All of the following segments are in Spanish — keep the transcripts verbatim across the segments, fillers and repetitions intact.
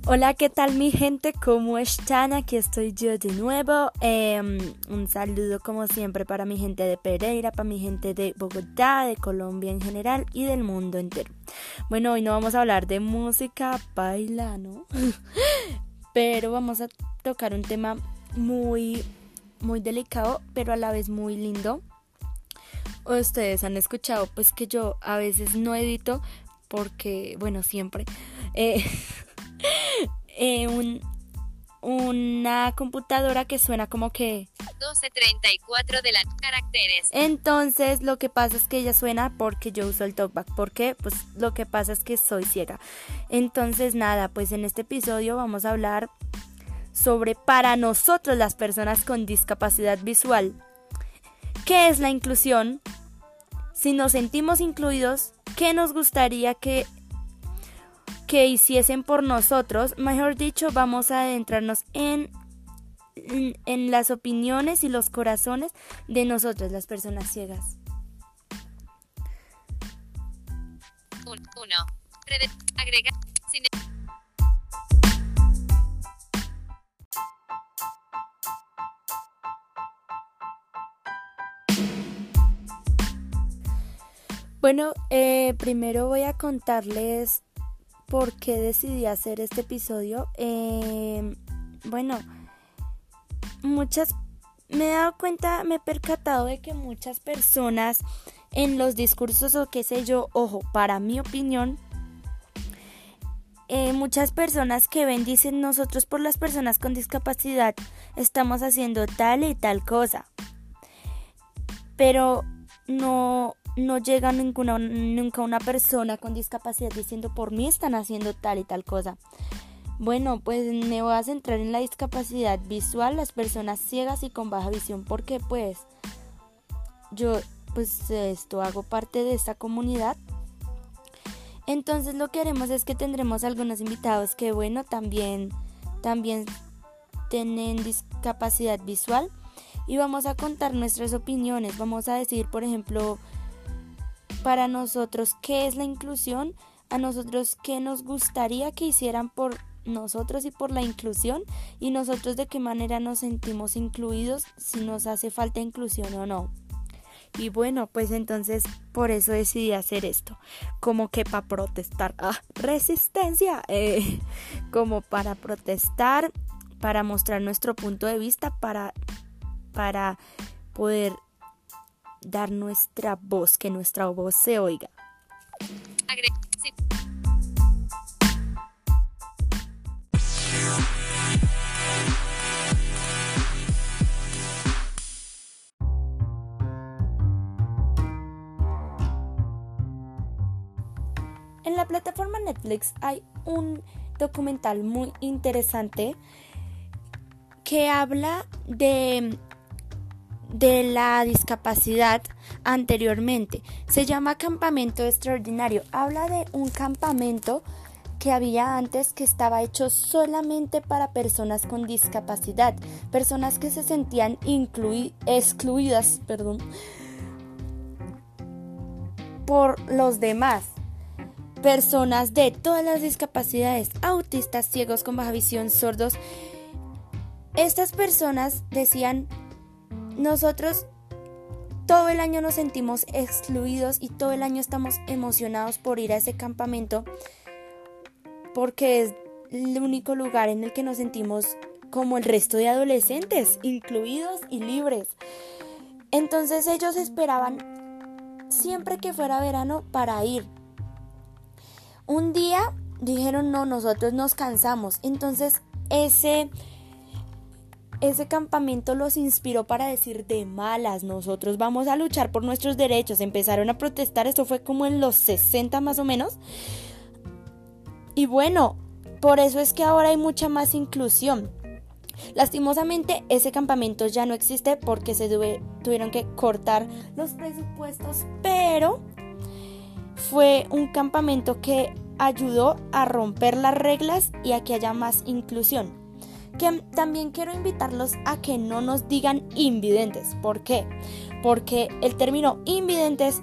Hola, ¿qué tal mi gente? ¿Cómo están? Aquí estoy yo de nuevo. Eh, un saludo como siempre para mi gente de Pereira, para mi gente de Bogotá, de Colombia en general y del mundo entero. Bueno, hoy no vamos a hablar de música baila, ¿no? Pero vamos a tocar un tema muy, muy delicado, pero a la vez muy lindo. Ustedes han escuchado pues que yo a veces no edito porque, bueno, siempre... Eh, Eh, un, una computadora que suena como que doce treinta y cuatro de las caracteres. Entonces lo que pasa es que ella suena porque yo uso el talkback. ¿Por qué? Pues lo que pasa es que soy ciega. Entonces nada, pues en este episodio vamos a hablar sobre para nosotros las personas con discapacidad visual. ¿Qué es la inclusión? Si nos sentimos incluidos, ¿qué nos gustaría que que hiciesen por nosotros? Mejor dicho, vamos a adentrarnos en, en, en las opiniones y los corazones de nosotros, las personas ciegas. Uno. Agrega. Cine. Bueno, eh, primero voy a contarles por qué decidí hacer este episodio. Eh, bueno, muchas, me he dado cuenta, me he percatado de que muchas personas en los discursos o qué sé yo, ojo, para mi opinión, eh, muchas personas que ven dicen nosotros por las personas con discapacidad estamos haciendo tal y tal cosa, pero no... No llega ninguna, nunca una persona con discapacidad diciendo por mí están haciendo tal y tal cosa. Bueno, pues me voy a centrar en la discapacidad visual, las personas ciegas y con baja visión, porque pues yo pues esto hago parte de esta comunidad. Entonces lo que haremos es que tendremos algunos invitados que bueno, también, también tienen discapacidad visual y vamos a contar nuestras opiniones. Vamos a decir, por ejemplo, para nosotros, ¿qué es la inclusión? A nosotros, ¿qué nos gustaría que hicieran por nosotros y por la inclusión? Y nosotros, ¿de qué manera nos sentimos incluidos? Si nos hace falta inclusión o no. Y bueno, pues entonces por eso decidí hacer esto. Como que para protestar. ¡Ah! ¡Resistencia! Eh, como para protestar, para mostrar nuestro punto de vista, para, para poder dar nuestra voz, que nuestra voz se oiga. Agre- sí. En la plataforma Netflix hay un documental muy interesante que habla de de la discapacidad anteriormente. Se llama Campamento Extraordinario. Habla de un campamento que había antes que estaba hecho solamente para personas con discapacidad, personas que se sentían inclui- excluidas, perdón, por los demás. Personas de todas las discapacidades, autistas, ciegos con baja visión, sordos. Estas personas decían: nosotros todo el año nos sentimos excluidos y todo el año estamos emocionados por ir a ese campamento porque es el único lugar en el que nos sentimos como el resto de adolescentes, incluidos y libres. Entonces ellos esperaban siempre que fuera verano para ir. Un día dijeron: no, nosotros nos cansamos. Entonces ese... Ese campamento los inspiró para decir: de malas, nosotros vamos a luchar por nuestros derechos. Empezaron a protestar, esto fue como en los sesenta más o menos. Y bueno, por eso es que ahora hay mucha más inclusión. Lastimosamente ese campamento ya no existe porque se tuve, tuvieron que cortar los presupuestos, pero fue un campamento que ayudó a romper las reglas y a que haya más inclusión. Que también quiero invitarlos a que no nos digan invidentes. ¿Por qué? Porque el término invidentes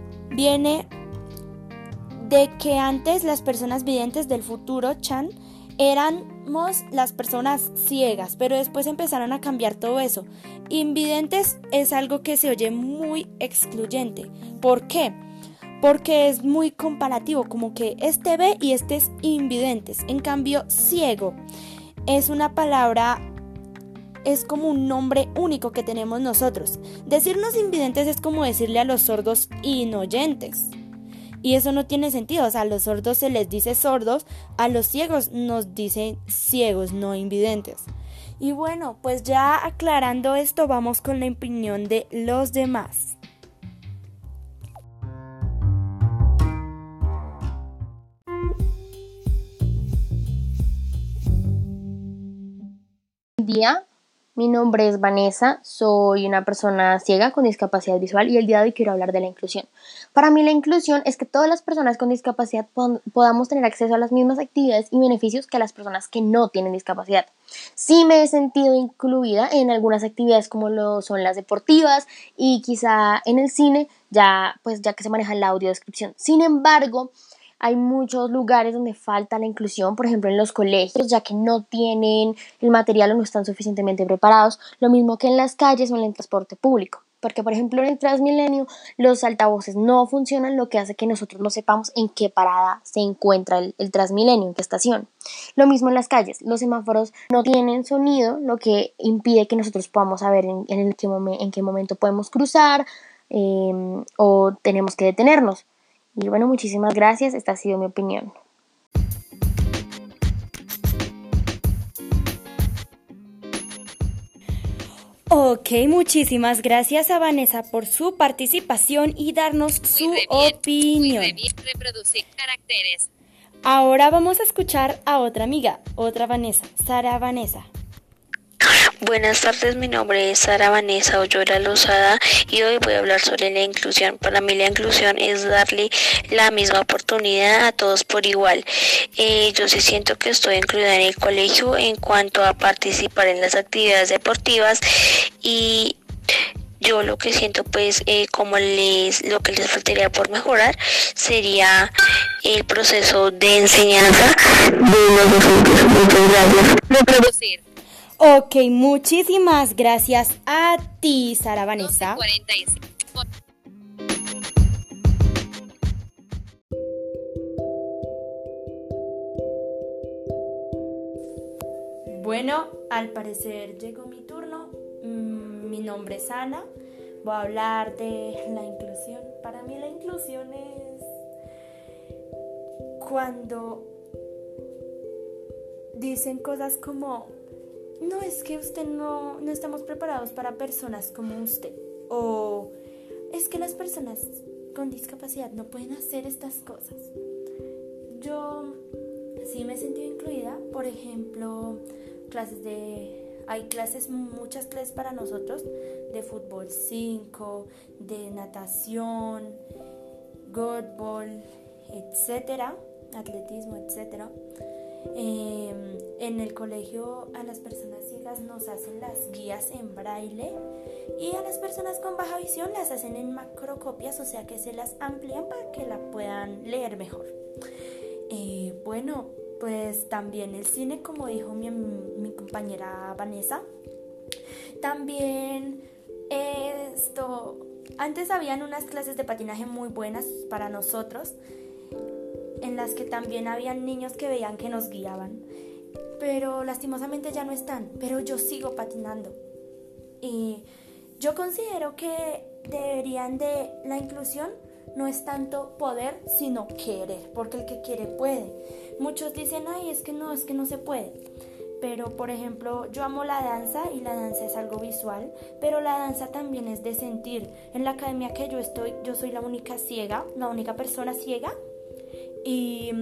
viene de que antes las personas videntes del futuro, Chan, éramos las personas ciegas, pero después empezaron a cambiar todo eso. Invidentes es algo que se oye muy excluyente. ¿Por qué? Porque es muy comparativo, como que este ve y este es invidentes. En cambio, ciego es una palabra, es como un nombre único que tenemos nosotros. Decirnos invidentes es como decirle a los sordos inoyentes. Y eso no tiene sentido, o sea, a los sordos se les dice sordos, a los ciegos nos dicen ciegos, no invidentes. Y bueno, pues ya aclarando esto, vamos con la opinión de los demás. Buen día, mi nombre es Vanessa, soy una persona ciega con discapacidad visual y el día de hoy quiero hablar de la inclusión. Para mí la inclusión es que todas las personas con discapacidad pod- podamos tener acceso a las mismas actividades y beneficios que las personas que no tienen discapacidad. Sí me he sentido incluida en algunas actividades como lo son las deportivas y quizá en el cine, ya, pues, ya que se maneja la audiodescripción. Sin embargo, hay muchos lugares donde falta la inclusión, por ejemplo en los colegios, ya que no tienen el material o no están suficientemente preparados, lo mismo que en las calles o en el transporte público, porque por ejemplo en el Transmilenio los altavoces no funcionan, lo que hace que nosotros no sepamos en qué parada se encuentra el, el Transmilenio, en qué estación. Lo mismo en las calles, los semáforos no tienen sonido, lo que impide que nosotros podamos saber en, en, qué, momen, en qué momento podemos cruzar eh, o tenemos que detenernos. Y bueno, muchísimas gracias, esta ha sido mi opinión. Ok, muchísimas gracias a Vanessa por su participación y darnos su Muy re bien, opinión. muy re bien. Reproducir caracteres. Ahora vamos a escuchar a otra amiga, otra Vanessa, Sara Vanessa. Buenas tardes, mi nombre es Sara Vanessa Oyola Lozada y hoy voy a hablar sobre la inclusión. Para mí la inclusión es darle la misma oportunidad a todos por igual. Eh, yo sí siento que estoy incluida en el colegio en cuanto a participar en las actividades deportivas y yo lo que siento pues eh, como les lo que les faltaría por mejorar sería el proceso de enseñanza de los docentes. Muchas gracias. Reproducir. Ok, muchísimas gracias a ti, Sara Vanessa. doce cuarenta y cinco. Bueno, al parecer llegó mi turno. Mm, mi nombre es Ana. Voy a hablar de la inclusión. Para mí la inclusión es cuando dicen cosas como: no, es que usted no, no estamos preparados para personas como usted. O es que las personas con discapacidad no pueden hacer estas cosas. Yo sí me he sentido incluida. Por ejemplo, clases de... Hay clases, muchas clases para nosotros, de fútbol cinco, de natación, goalball, etcétera, atletismo, etcétera. Eh, en el colegio a las personas ciegas nos hacen las guías en braille y a las personas con baja visión las hacen en macrocopias, o sea que se las amplían para que la puedan leer mejor. Eh, bueno, pues también el cine, como dijo mi, mi compañera Vanessa, también esto, antes habían unas clases de patinaje muy buenas para nosotros, en las que también habían niños que veían que nos guiaban, pero lastimosamente ya no están, pero yo sigo patinando. Y yo considero que deberían de, la inclusión no es tanto poder, sino querer, porque el que quiere puede. Muchos dicen, ay, es que no, es que no se puede. Pero, por ejemplo, yo amo la danza y la danza es algo visual, pero la danza también es de sentir. En la academia que yo estoy, yo soy la única ciega, la única persona ciega. Y,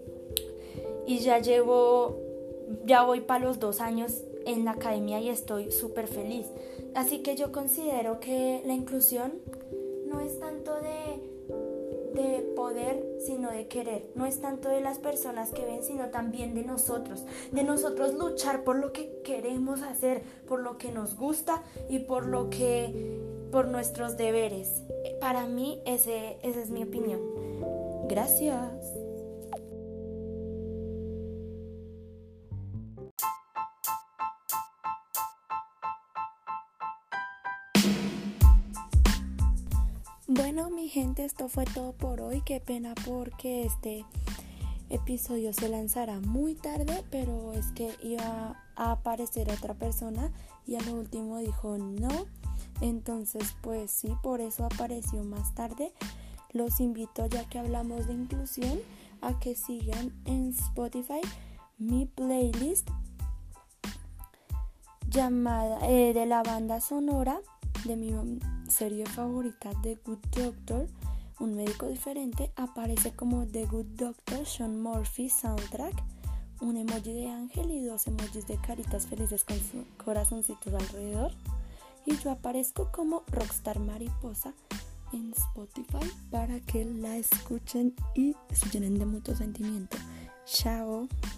y ya llevo, ya voy para los dos años en la academia y estoy súper feliz. Así que yo considero que la inclusión no es tanto de, de poder, sino de querer. No es tanto de las personas que ven, sino también de nosotros. De nosotros luchar por lo que queremos hacer, por lo que nos gusta y por lo que, por nuestros deberes. Para mí, ese, esa es mi opinión. Gracias. Bueno, mi gente, esto fue todo por hoy. Qué pena porque este episodio se lanzará muy tarde, pero es que iba a aparecer otra persona y a lo último dijo no. Entonces, pues sí, por eso apareció más tarde. Los invito, ya que hablamos de inclusión, a que sigan en Spotify mi playlist llamada eh, de la banda sonora de mi serie favorita, The Good Doctor, un médico diferente. Aparece como The Good Doctor Sean Murphy Soundtrack, un emoji de ángel y dos emojis de caritas felices con sus corazoncitos alrededor. Y yo aparezco como Rockstar Mariposa en Spotify para que la escuchen y se llenen de mutuo sentimiento. Chao.